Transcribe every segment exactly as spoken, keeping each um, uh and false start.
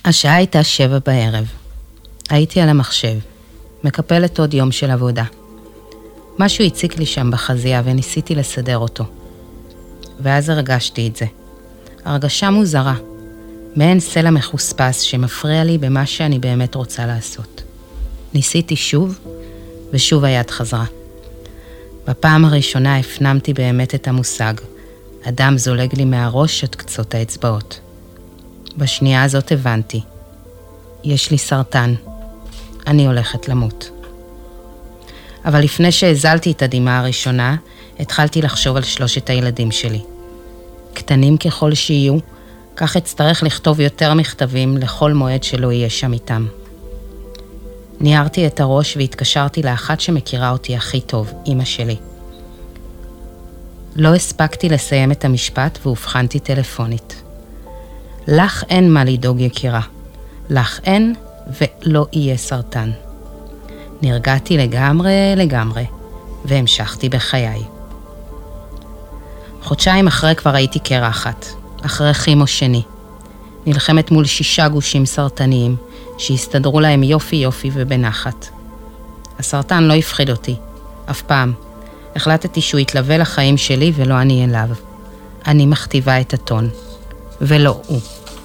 השעה הייתה שבע בערב. הייתי על המחשב, מקפלת עוד יום של עבודה. משהו הציק לי שם בחזייה וניסיתי לסדר אותו. ואז הרגשתי את זה. הרגשה מוזרה, מעין סלע מחוספס שמפריע לי במה שאני באמת רוצה לעשות. ניסיתי שוב, ושוב היד חזרה. בפעם הראשונה הפנמתי באמת את המושג. אדם זולג לי מהראש עד קצות האצבעות. בשנייה הזאת הבנתי. יש לי סרטן. אני הולכת למות. אבל לפני שהזלתי את הדמעה הראשונה, התחלתי לחשוב על שלושת הילדים שלי. קטנים ככל שיהיו, כך אצטרך לכתוב יותר מכתבים לכל מועד שלא יהיה שם איתם. ניערתי את הראש והתקשרתי לאחת שמכירה אותי הכי טוב, אמא שלי. לא הספקתי לסיים את המשפט והובחנתי טלפונית. לך אין מה לדאוג יקירה. לך אין ולא יהיה סרטן. נרגעתי לגמרי לגמרי והמשכתי בחיי. חודשיים אחרי כבר הייתי קרחת, אחרי כימו שני. נלחמת מול שישה גושים סרטניים שהסתדרו להם יופי יופי ובנחת. הסרטן לא הפחיד אותי, אף פעם. החלטתי שהוא יתלווה לחיים שלי ולא אני אליו. אני מכתיבה את הטון, ולא הוא.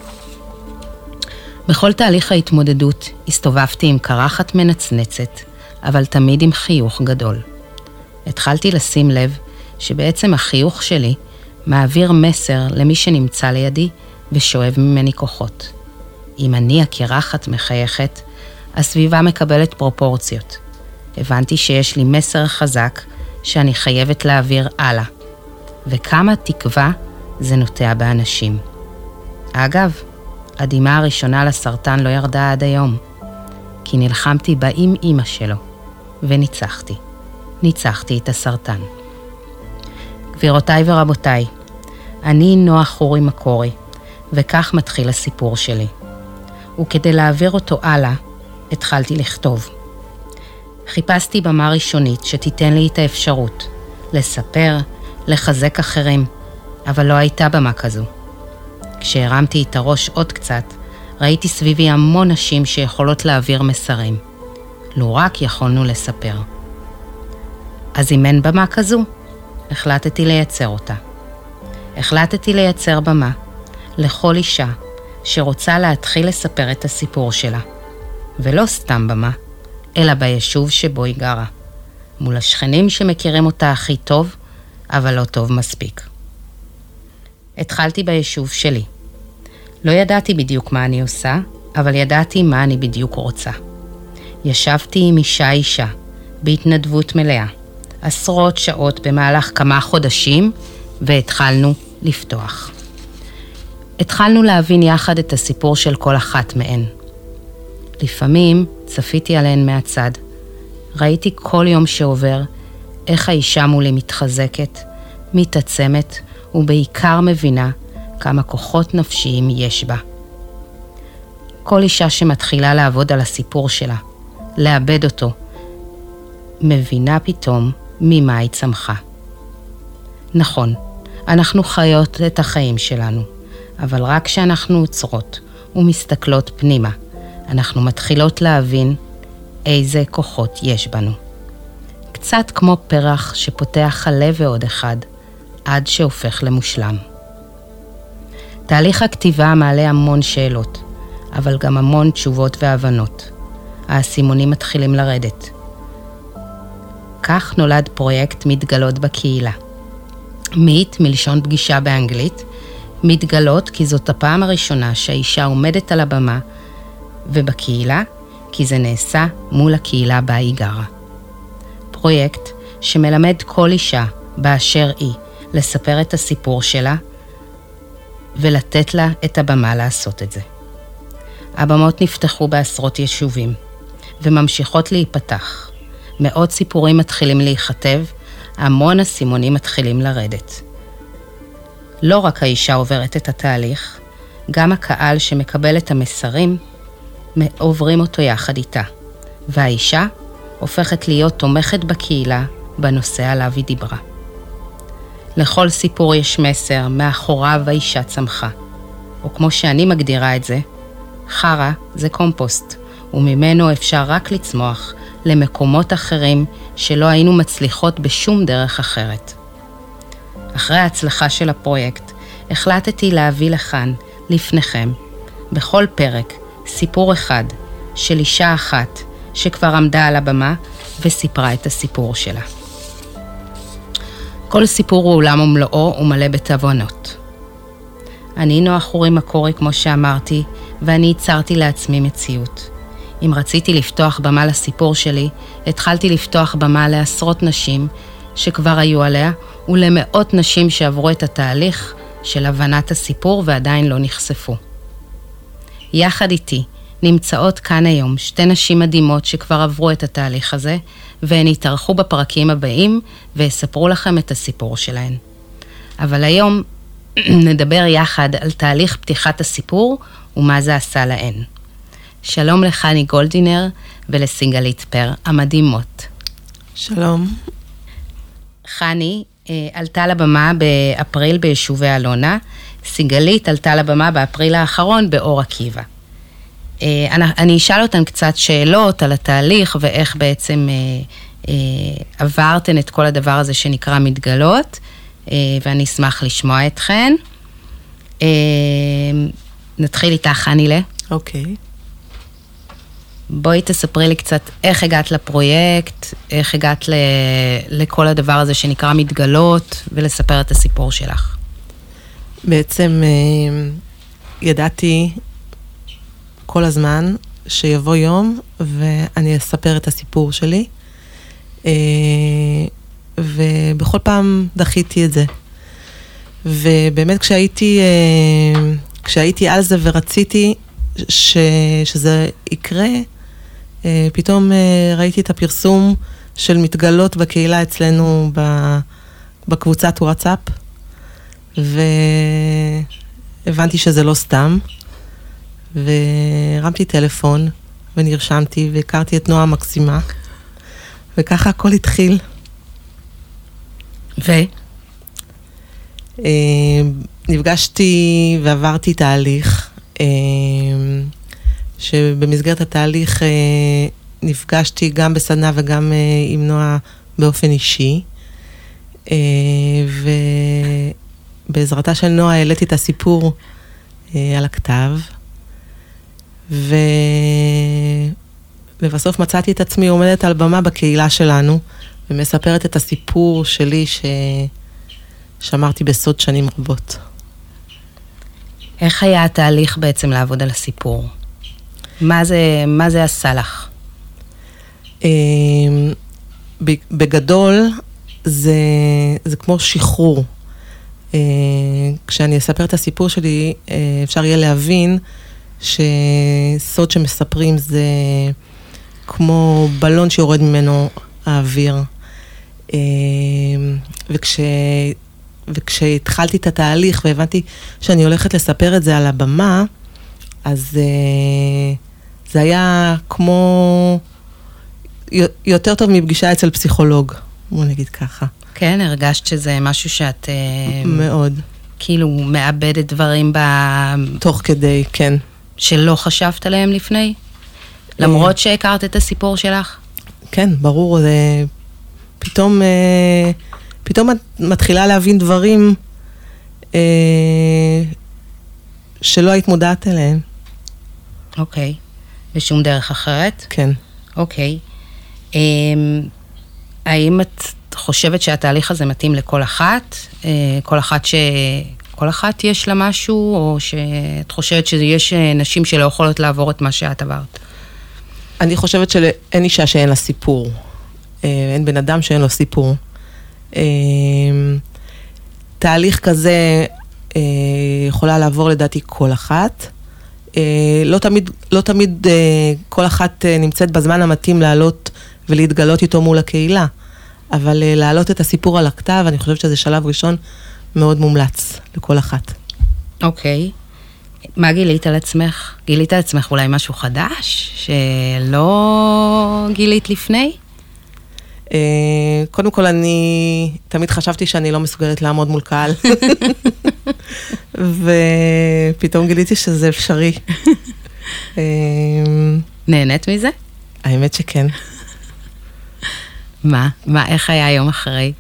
בכל תהליך ההתמודדות הסתובבתי עם קרחת מנצנצת, אבל תמיד עם חיוך גדול. התחלתי לשים לב שבעצם החיוך שלי מעביר מסר למי שנמצא לידי ושואב ממני כוחות. אם אני הקרחת מחייכת, הסביבה מקבלת פרופורציות. הבנתי שיש לי מסר חזק שאני חייבת להעביר הלאה, וכמה תקווה זה נוטע באנשים. אגב, הדמעה הראשונה לסרטן לא ירדה עד היום, כי נלחמתי בה עם אמא שלו, וניצחתי. ניצחתי את הסרטן. גבירותיי ורבותיי, אני נועה חורי מקורי, וכך מתחיל הסיפור שלי. וכדי להעביר אותו הלאה, התחלתי לכתוב. חיפשתי במה ראשונית שתיתן לי את האפשרות, לספר, לחזק אחרים, אבל לא הייתה במה כזו. כשהרמתי את הראש עוד קצת, ראיתי סביבי המון נשים שיכולות להעביר מסרים. לא רק יכולנו לספר. אז אם אין במה כזו, החלטתי לייצר אותה. החלטתי לייצר במה לכל אישה שרוצה להתחיל לספר את הסיפור שלה. ולא סתם במה, אלא ביישוב שבו היא גרה. מול השכנים שמכירים אותה הכי טוב, אבל לא טוב מספיק. התחלתי ביישוב שלי. לא ידעתי בדיוק מה אני עושה, אבל ידעתי מה אני בדיוק רוצה. ישבתי עם אישה אישה, בהתנדבות מלאה, עשרות שעות במהלך כמה חודשים, והתחלנו לפתוח. התחלנו להבין יחד את הסיפור של כל אחת מהן. לפעמים צפיתי עליהן מהצד. ראיתי כל יום שעובר איך האישה מולי מתחזקת, מתעצמת, ובעיקר מבינה כמה כוחות נפשיים יש בה. כל אישה שמתחילה לעבוד על הסיפור שלה, לאבד אותו, מבינה פתאום ממה היא צמחה. נכון, אנחנו חיות את החיים שלנו, אבל רק כשאנחנו עוצרות ומסתכלות פנימה, אנחנו מתחילות להבין איזה כוחות יש בנו. קצת כמו פרח שפותח חלה ועוד אחד, עד שהופך למושלם. תהליך הכתיבה מעלה המון שאלות, אבל גם המון תשובות והבנות. האסימונים מתחילים לרדת. כך נולד פרויקט מתגלות בקהילה. meet מלשון פגישה באנגלית, מתגלות כי זאת הפעם הראשונה שהאישה עומדת על הבמה, ובקהילה כי זה נעשה מול הקהילה בה היא גרה. פרויקט שמלמד כל אישה באשר היא לספר את הסיפור שלה, ולתת לה את הבמה לעשות את זה. הבמות נפתחו בעשרות יישובים, וממשיכות להיפתח. מאות סיפורים מתחילים להיכתב, המון הסימונים מתחילים לרדת. לא רק האישה עוברת את התהליך, גם הקהל שמקבל את המסרים, עוברים אותו יחד איתה. והאישה הופכת להיות תומכת בקהילה בנושא עליו היא דיברה. לכל סיפור יש מסר, מאחוריו האישה צמחה. או כמו שאני מגדירה את זה, חרא זה קומפוסט, וממנו אפשר רק לצמוח למקומות אחרים שלא היינו מצליחות בשום דרך אחרת. אחרי ההצלחה של הפרויקט, החלטתי להביא לכאן, לפניכם, בכל פרק, סיפור אחד של אישה אחת שכבר עמדה על הבמה וסיפרה את הסיפור שלה. כל סיפור הוא עולם ומלואו ומלא בתובנות. אני נועה חורי מקורי, כמו שאמרתי, ואני ייצרתי לעצמי מציאות. אם רציתי לפתוח במה לסיפור שלי, התחלתי לפתוח במה לעשרות נשים שכבר היו עליה, ולמאות נשים שעברו את התהליך של הבנת הסיפור ועדיין לא נחשפו. יחד איתי נמצאות כאן היום שתי נשים מדהימות שכבר עברו את התהליך הזה, והן יתארחו בפרקים הבאים ויספרו לכם את הסיפור שלהן. אבל היום נדבר יחד על תהליך פתיחת הסיפור ומה זה עשה להן. שלום לחני גולדינר ולסיגלית פר המדהימות. שלום. חני אה, עלתה לבמה באפריל ביישובי אלונה, סיגלית עלתה לבמה באפריל האחרון באור עקיבא. אה, אני, אני אשאל אותן קצת שאלות על התהליך ואיך בעצם אה, אה, עברתן את כל הדבר הזה שנקרא מתגלות, אה, ואני אשמח לשמוע אתכן. אה, נתחיל איתך, חנילה. אוקיי. בואי תספרי לי קצת איך הגעת לפרויקט, איך הגעת ל... לכל הדבר הזה שנקרא מתגלות, ולספר את הסיפור שלך. בעצם ידעתי כל הזמן שיבוא יום ואני אספר את הסיפור שלי, ובכל פעם דחיתי את זה. ובאמת כשהייתי, כשהייתי על זה ורציתי ש... שזה יקרה, פתאום ראיתי את הפרסום של מתגלות בקהילה אצלנו בקבוצת וואטסאפ, והבנתי שזה לא סתם, והרמתי טלפון ונרשמתי והכרתי את נועה מקסימה, וככה הכל התחיל. ו? נפגשתי ועברתי תהליך, שבמסגרת התהליך נפגשתי גם בסדנה וגם עם נועה באופן אישי, ובעזרתה של נועה העליתי את הסיפור על הכתב, ובסוף מצאתי את עצמי עומדת על במה בקהילה שלנו, ומספרת את הסיפור שלי ששמרתי בסוד שנים רבות. איך היה התהליך בעצם לעבוד על הסיפור? מה זה, מה זה עשה לך? בגדול, זה, זה כמו שחרור. כשאני אספר את הסיפור שלי, אפשר יהיה להבין שסוד שמספרים זה כמו בלון שיורד ממנו האוויר. וכש... וכשהתחלתי את התהליך והבנתי שאני הולכת לספר את זה על הבמה, אז uh, זה היה כמו יותר טוב מפגישה אצל פסיכולוג, בוא נגיד ככה. כן, הרגשת שזה משהו שאת... מאוד. כאילו מאבדת דברים ב... תוך כדי, כן. שלא חשבת עליהם לפני? למרות שהכרת את הסיפור שלך? כן, ברור, זה פתאום... פתאום את מתחילה להבין דברים אה, שלא היית מודעת אליהם. אוקיי. בשום דרך אחרת? כן. אוקיי. אה, האם את חושבת שהתהליך הזה מתאים לכל אחת? אה, כל אחת ש... כל אחת יש לה משהו, או שאת חושבת שיש נשים שלא יכולות לעבור את מה שאת עברת? אני חושבת שאין אישה שאין לה סיפור. אה, אין בן אדם שאין לו סיפור. תהליך כזה יכולה לעבור לדעתי כל אחת. לא תמיד, לא תמיד כל אחת נמצאת בזמן המתאים לעלות ולהתגלות איתו מול הקהילה, אבל לעלות את הסיפור על הכתב, אני חושבת שזה שלב ראשון מאוד מומלץ לכל אחת. אוקיי. מה גילית על עצמך? גילית על עצמך אולי משהו חדש שלא גילית לפני? קודם כל, אני תמיד חשבתי שאני לא מסוגלת לעמוד מול קהל. ופתאום גיליתי שזה אפשרי. נהנית מזה? האמת שכן. מה? מה, איך היה היום אחרי?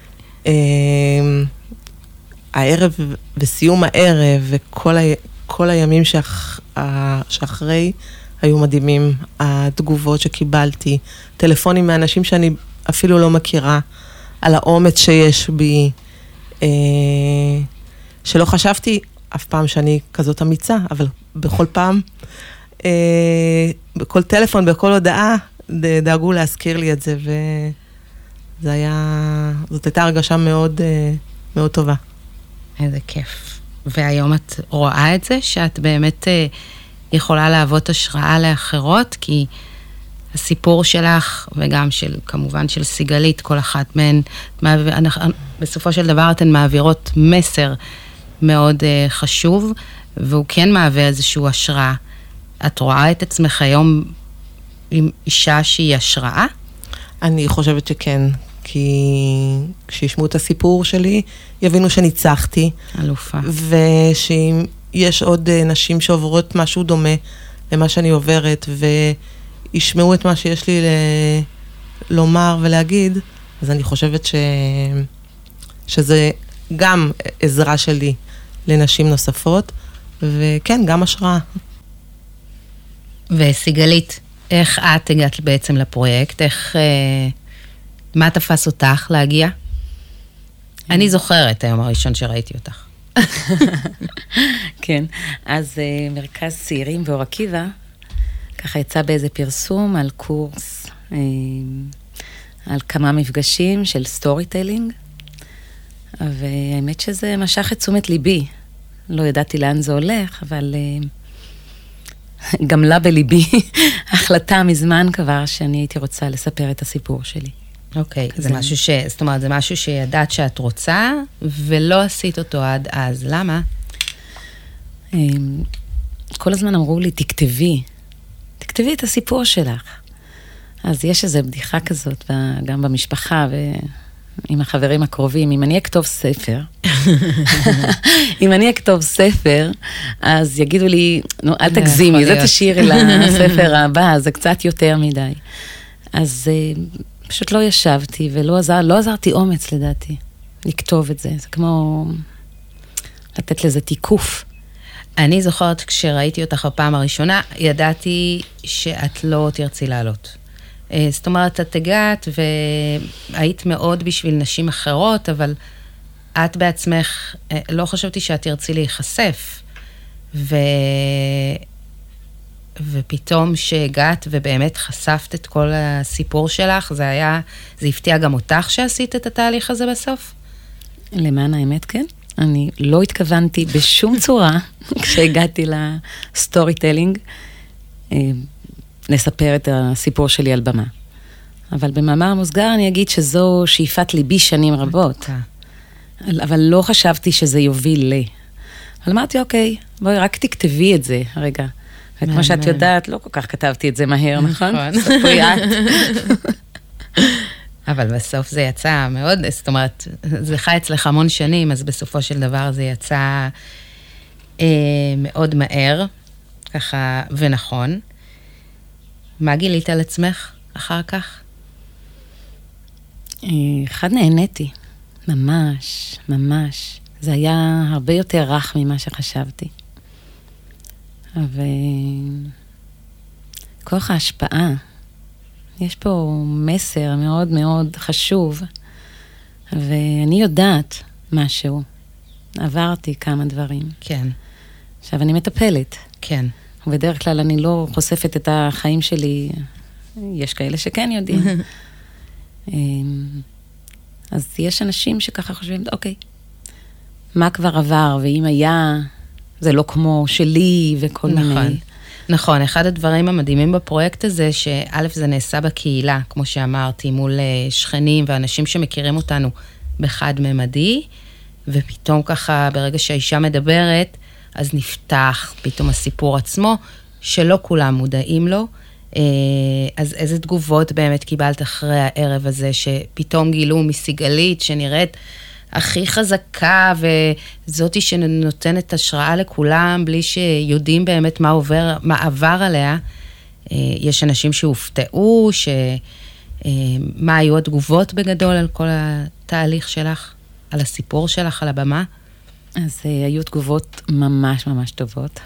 הערב, בסיום הערב, וכל ה, כל הימים שאח, שאחרי היו מדהימים. התגובות שקיבלתי, טלפונים מאנשים שאני אפילו לא מכירה, על האומץ שיש בי, שלא חשבתי אף פעם שאני כזאת אמיצה, אבל בכל פעם, בכל טלפון, בכל הודעה, דאגו להזכיר לי את זה, וזה היה, זאת הייתה הרגשה מאוד, מאוד טובה. איזה כיף. והיום את רואה את זה, שאת באמת יכולה להוות השראה לאחרות, כי הסיפור שלך, וגם של, כמובן של סיגלית, כל אחת מהן, בסופו של דבר אתן מעבירות מסר מאוד חשוב, והוא כן מהווה איזשהו השראה. את רואה את עצמך היום עם אישה שהיא השראה? אני חושבת שכן, כי כשישמעו את הסיפור שלי, יבינו שניצחתי. אלופה. ושאם יש עוד נשים שעוברות משהו דומה למה שאני עוברת, וישמעו את מה שיש לי ל... לומר ולהגיד, אז אני חושבת ש... שזה גם עזרה שלי לנשים נוספות, וכן, גם השראה. וסיגלית, איך את הגעת בעצם לפרויקט? איך, אה, מה תפס אותך להגיע? אני זוכרת היום הראשון שראיתי אותך. כן, אז אה, מרכז צעירים באור עקיבא, ככה יצא באיזה פרסום על קורס, אה, על כמה מפגשים של סטורי טיילינג, והאמת שזה משך את תשומת ליבי. לא ידעתי לאן זה הולך, אבל... אה, גם לה בליבי, החלטה מזמן כבר שאני הייתי רוצה לספר את הסיפור שלי. אוקיי, זה משהו ש... זאת אומרת, זה משהו שידעת שאת רוצה, ולא עשית אותו עד אז. למה? כל הזמן אמרו לי, תכתבי, תכתבי את הסיפור שלך. אז יש איזו בדיחה כזאת, גם במשפחה ועם החברים הקרובים, אם אני אכתוב ספר, אם אני אכתוב ספר, אז יגידו לי, נו, אל תגזימי, זה תשאירי לספר הבא, זה קצת יותר מדי. אז פשוט לא ישבתי, ולא עזר, לא עזרתי אומץ לדעתי, לכתוב את זה. זה כמו לתת לזה תיקוף. אני זוכרת כשראיתי אותך בפעם הראשונה, ידעתי שאת לא תרצי לעלות. זאת אומרת, את הגעת והיית מאוד בשביל נשים אחרות, אבל את בעצמך, לא חשבתי שאת תרצי להיחשף. ו... ופתאום שהגעת ובאמת חשפת את כל הסיפור שלך, זה היה, זה הפתיע גם אותך שעשית את התהליך הזה בסוף? למען האמת, כן. אני לא התכוונתי בשום צורה, כשהגעתי לסטורי טלינג, לספר את הסיפור שלי על במה. אבל במאמר מוסגר אני אגיד שזו שאיפת ליבי שנים רבות. אבל לא חשבתי שזה יוביל לי. אבל אמרתי, אוקיי, בואי, רק תכתבי את זה, רגע. וכמו שאת יודעת, לא כל כך כתבתי את זה מהר, נכון? ספרי את. אבל בסוף זה יצא מאוד, זאת אומרת, זה חי אצלך המון שנים, אז בסופו של דבר זה יצא אה, מאוד מהר, ככה, ונכון. מה גילית על עצמך אחר כך? אחד נהניתי, ממש, ממש. זה היה הרבה יותר רך ממה שחשבתי. וכוח ההשפעה, יש פה מסר מאוד מאוד חשוב, ואני יודעת משהו. עברתי כמה דברים. כן. עכשיו, אני מטפלת. כן. ובדרך כלל אני לא חושפת את החיים שלי, יש כאלה שכן יודעים. אז יש אנשים שככה חושבים, אוקיי, מה כבר עבר, ואם היה, זה לא כמו שלי וכל נכון. מיני. נכון, אחד הדברים המדהימים בפרויקט הזה, שא' זה נעשה בקהילה, כמו שאמרתי, מול שכנים ואנשים שמכירים אותנו בחד-ממדי, ופתאום ככה, ברגע שהאישה מדברת, אז נפתח פתאום הסיפור עצמו, שלא כולם מודעים לו. אז איזה תגובות באמת קיבלת אחרי הערב הזה, שפתאום גילו מסיגלית, שנראית הכי חזקה, וזאתי שנותנת השראה לכולם, בלי שיודעים באמת מה עובר, מה עבר עליה. יש אנשים שהופתעו, ש... מה היו התגובות בגדול על כל התהליך שלך, על הסיפור שלך, על הבמה? אז היו תגובות ממש ממש טובות.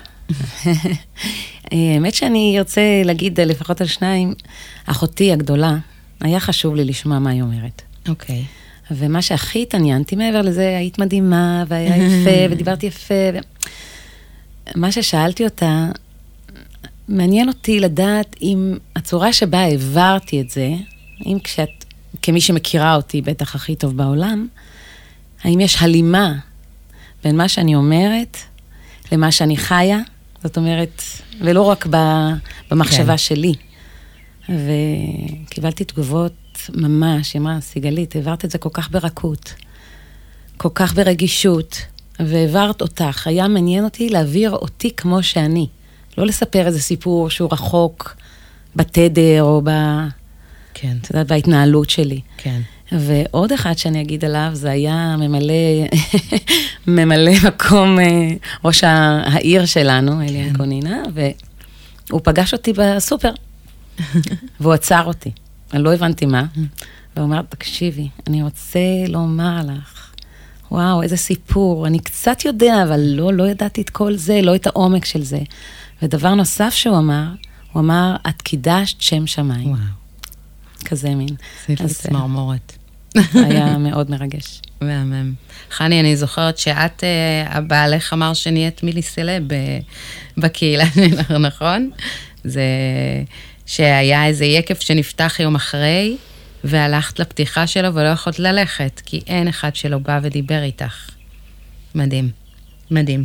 האמת שאני ארצה להגיד לפחות על שניים, אחותי הגדולה, היה חשוב לי לשמוע מה היא אומרת. אוקיי. ומה שהכי התעניינתי מעבר לזה, היית מדהימה, והיה יפה, ודיברתי יפה. ו... מה ששאלתי אותה, מעניין אותי לדעת אם הצורה שבה העברתי את זה, אם כשאת, כמי שמכירה אותי בטח הכי טוב בעולם, האם יש הלימה בין מה שאני אומרת למה שאני חיה, זאת אומרת, ולא רק במחשבה כן. שלי. וקיבלתי תגובות ממש, היא אמרה, סיגלית, העברת את זה כל כך ברכות, כל כך ברגישות, והעברת אותך. היה מעניין אותי להעביר אותי כמו שאני. לא לספר איזה סיפור שהוא רחוק בתדר או ב... כן. את יודעת, בהתנהלות שלי. כן. ועוד אחד שאני אגיד עליו, זה היה ממלא, ממלא מקום ראש העיר שלנו, אליאן קונינה, והוא פגש אותי בסופר, והוא עצר אותי. אני לא הבנתי מה, והוא אומר, תקשיבי, אני רוצה לומר לך, וואו, איזה סיפור, אני קצת יודע, אבל לא, לא ידעתי את כל זה, לא את העומק של זה. ודבר נוסף שהוא אמר, הוא אמר, את קידשת שם שמיים. וואו. כזה מין. זה צמרמורת. היה מאוד מרגש. מהמם. חני, אני זוכרת שאת, הבעלך אמר שנהיית מילי סלב בקהילה, נכון? זה שהיה איזה יקף שנפתח יום אחרי, והלכת לפתיחה שלו ולא יכולת ללכת, כי אין אחד שלא בא ודיבר איתך. מדהים, מדהים.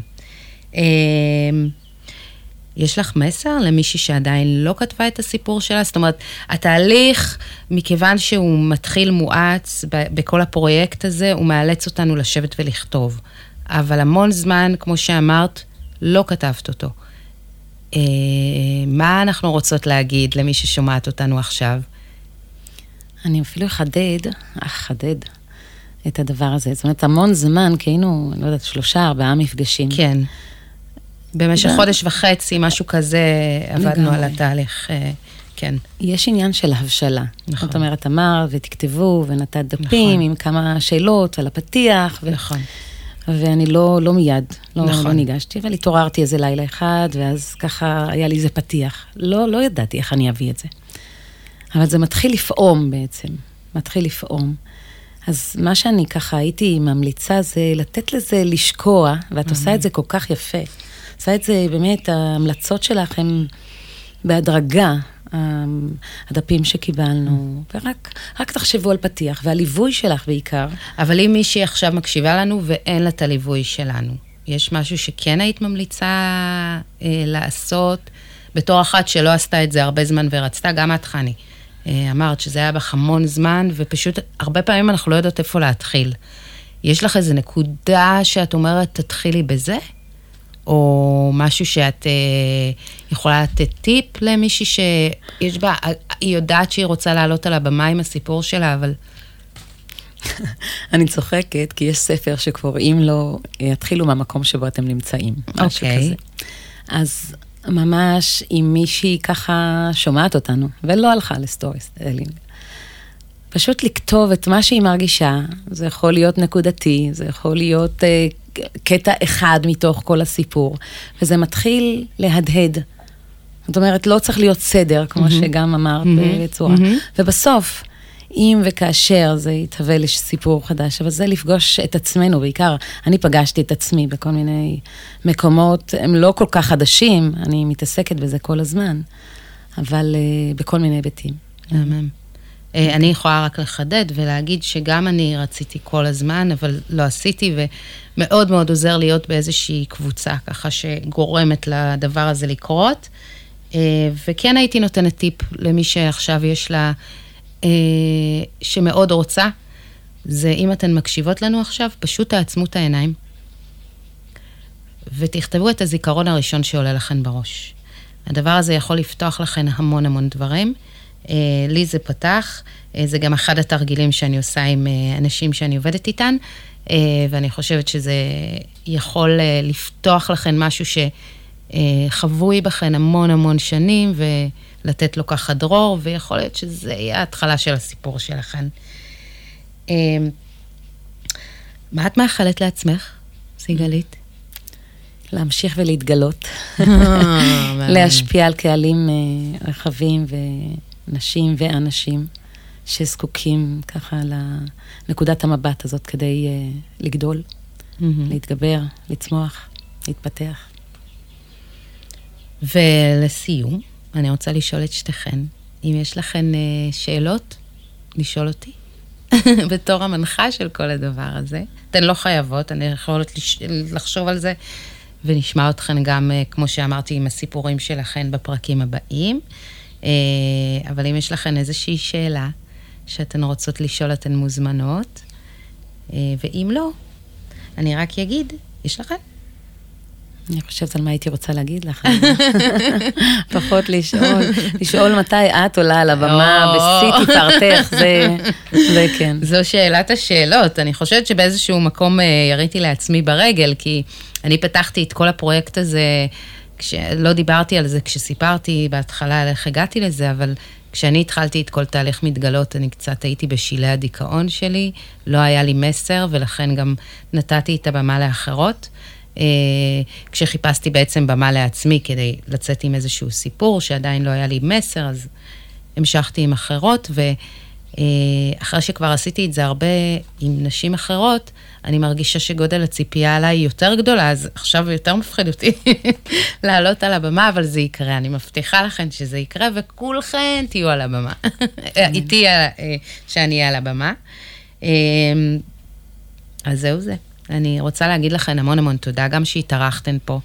יש לך מסר למישהי שעדיין לא כתבה את הסיפור שלה? זאת אומרת, התהליך, מכיוון שהוא מתחיל מואץ בכל הפרויקט הזה, הוא מאלץ אותנו לשבת ולכתוב. אבל המון זמן, כמו שאמרת, לא כתבת אותו. מה אנחנו רוצות להגיד למי ששומעת אותנו עכשיו? אני אפילו אחדד, אחדד את הדבר הזה. זאת אומרת, המון זמן, כי היינו, לא יודעת, שלושה, ארבעה מפגשים. כן. במשך חודש וחצי, משהו כזה, עבדנו על התהליך, כן. יש עניין של הבשלה. נכון. זאת אומרת, אמר ותכתבו ונתת דפים עם כמה שאלות על הפתיח. נכון. ואני לא, לא מיד, לא, לא ניגשתי, אבל התעוררתי איזה לילה אחד, ואז ככה היה לי איזה פתיח. לא, לא ידעתי איך אני אביא את זה. אבל זה מתחיל לפעום בעצם, מתחיל לפעום. אז מה שאני ככה הייתי ממליצה זה לתת לזה לשקוע, ואת עושה את זה כל כך יפה. עושה את זה באמת, ההמלצות שלך הן בהדרגה, הדפים שקיבלנו, ורק רק תחשבו על פתיח, והליווי שלך בעיקר. אבל אם מישהי עכשיו מקשיבה לנו ואין לה את הליווי שלנו, יש משהו שכן היית ממליצה אה, לעשות, בתור אחת שלא עשתה את זה הרבה זמן ורצתה, גם את חני. אה, אמרת שזה היה בך המון זמן, ופשוט הרבה פעמים אנחנו לא יודעות איפה להתחיל. יש לך איזו נקודה שאת אומרת, תתחילי בזה? או משהו שאת אה, יכולה לתת טיפ למישהי שיש בה, היא יודעת שהיא רוצה לעלות על הבמה עם הסיפור שלה, אבל... אני צוחקת, כי יש ספר שקוראים לו, התחילו מהמקום שבו אתם נמצאים. משהו אוקיי. כזה. אז ממש, אם מישהי ככה שומעת אותנו, ולא הלכה לסטורי סטלינג, פשוט לכתוב את מה שהיא מרגישה, זה יכול להיות נקודתי, זה יכול להיות אה, קטע אחד מתוך כל הסיפור, וזה מתחיל להדהד. זאת אומרת, לא צריך להיות סדר, כמו mm-hmm. שגם אמרת mm-hmm. בצורה. Mm-hmm. ובסוף, אם וכאשר זה יתהווה לסיפור חדש, אבל זה לפגוש את עצמנו, בעיקר אני פגשתי את עצמי בכל מיני מקומות, הם לא כל כך חדשים, אני מתעסקת בזה כל הזמן, אבל uh, בכל מיני היבטים. אמן. אני יכולה רק לחדד ולהגיד שגם אני רציתי כל הזמן, אבל לא עשיתי, ומאוד מאוד עוזר להיות באיזושהי קבוצה, ככה שגורמת לדבר הזה לקרות. וכן הייתי נותנת טיפ למי שעכשיו יש לה, שמאוד רוצה, זה אם אתן מקשיבות לנו עכשיו, פשוט תעצמו את העיניים, ותכתבו את הזיכרון הראשון שעולה לכן בראש. הדבר הזה יכול לפתוח לכן המון המון דברים, לי זה פתח, זה גם אחד התרגילים שאני עושה עם אנשים שאני עובדת איתן, ואני חושבת שזה יכול לפתוח לכן משהו שחבוי בכן המון המון שנים, ולתת לו ככה דרור, ויכול להיות שזה יהיה ההתחלה של הסיפור שלכן. מה את מאחלת לעצמך, סיגלית? להמשיך ולהתגלות, להשפיע על קהלים רחבים ונשים ואנשים שזקוקים ככה לנקודת המבט הזאת כדי לגדול, להתגבר, לצמוח, להתפתח. ולסיום, אני רוצה לשאול את שתיכן, אם יש לכן שאלות, לשאול אותי. בתור המנחה של כל הדבר הזה. אתן לא חייבות, אני יכולת לחשוב על זה, ונשמע אתכן גם, כמו שאמרתי, עם הסיפורים שלכן בפרקים הבאים. אבל אם יש לכן איזושהי שאלה שאתן רוצות לשאול, אתן מוזמנות. ואם לא, אני רק אגיד, יש לכן? אני חושבת על מה הייתי רוצה להגיד לך. פחות לשאול, לשאול מתי את עולה על הבמה, בשיא תפארתך, זה כן. זו שאלת השאלות. אני חושבת שבאיזשהו מקום יריתי לעצמי ברגל, כי אני פתחתי את כל הפרויקט הזה, לא דיברתי על זה כשסיפרתי בהתחלה על איך הגעתי לזה, אבל כשאני התחלתי את כל תהליך מתגלות, אני קצת הייתי בשילי הדיכאון שלי, לא היה לי מסר, ולכן גם נתתי את הבמה לאחרות. כשחיפשתי בעצם במה לעצמי כדי לצאת עם איזשהו סיפור שעדיין לא היה לי מסר, אז המשכתי עם אחרות, ואחרי שכבר עשיתי את זה הרבה עם נשים אחרות, אני מרגישה שגודל הציפייה עליי יותר גדולה, אז עכשיו יותר מפחיד אותי לעלות על הבמה, אבל זה יקרה, אני מבטיחה לכם שזה יקרה, וכולכן תהיו על הבמה, איתי שאני אהיה על הבמה. אז זהו זה. אני רוצה להגיד לכם המון המון תודה, גם שהתארחתן פה,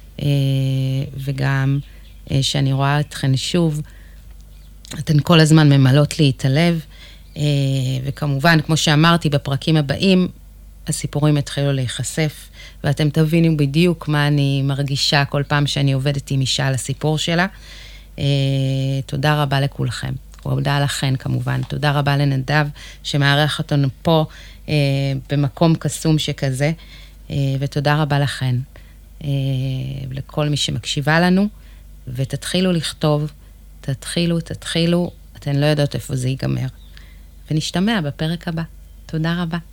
וגם שאני רואה אתכן שוב, אתן כל הזמן ממלאות לי את הלב, וכמובן, כמו שאמרתי, בפרקים הבאים, הסיפורים התחילו להיחשף, ואתם תבינו בדיוק מה אני מרגישה כל פעם שאני עובדת עם אישה על הסיפור שלה. תודה רבה לכולכם. תודה לכן כמובן. תודה רבה לנדב שמארח אותנו פה, במקום קסום שכזה, ותודה רבה לכן, לכל מי שמקשיבה לנו, ותתחילו לכתוב, תתחילו, תתחילו, אתן לא יודעות איפה זה ייגמר, ונשתמע בפרק הבא. תודה רבה.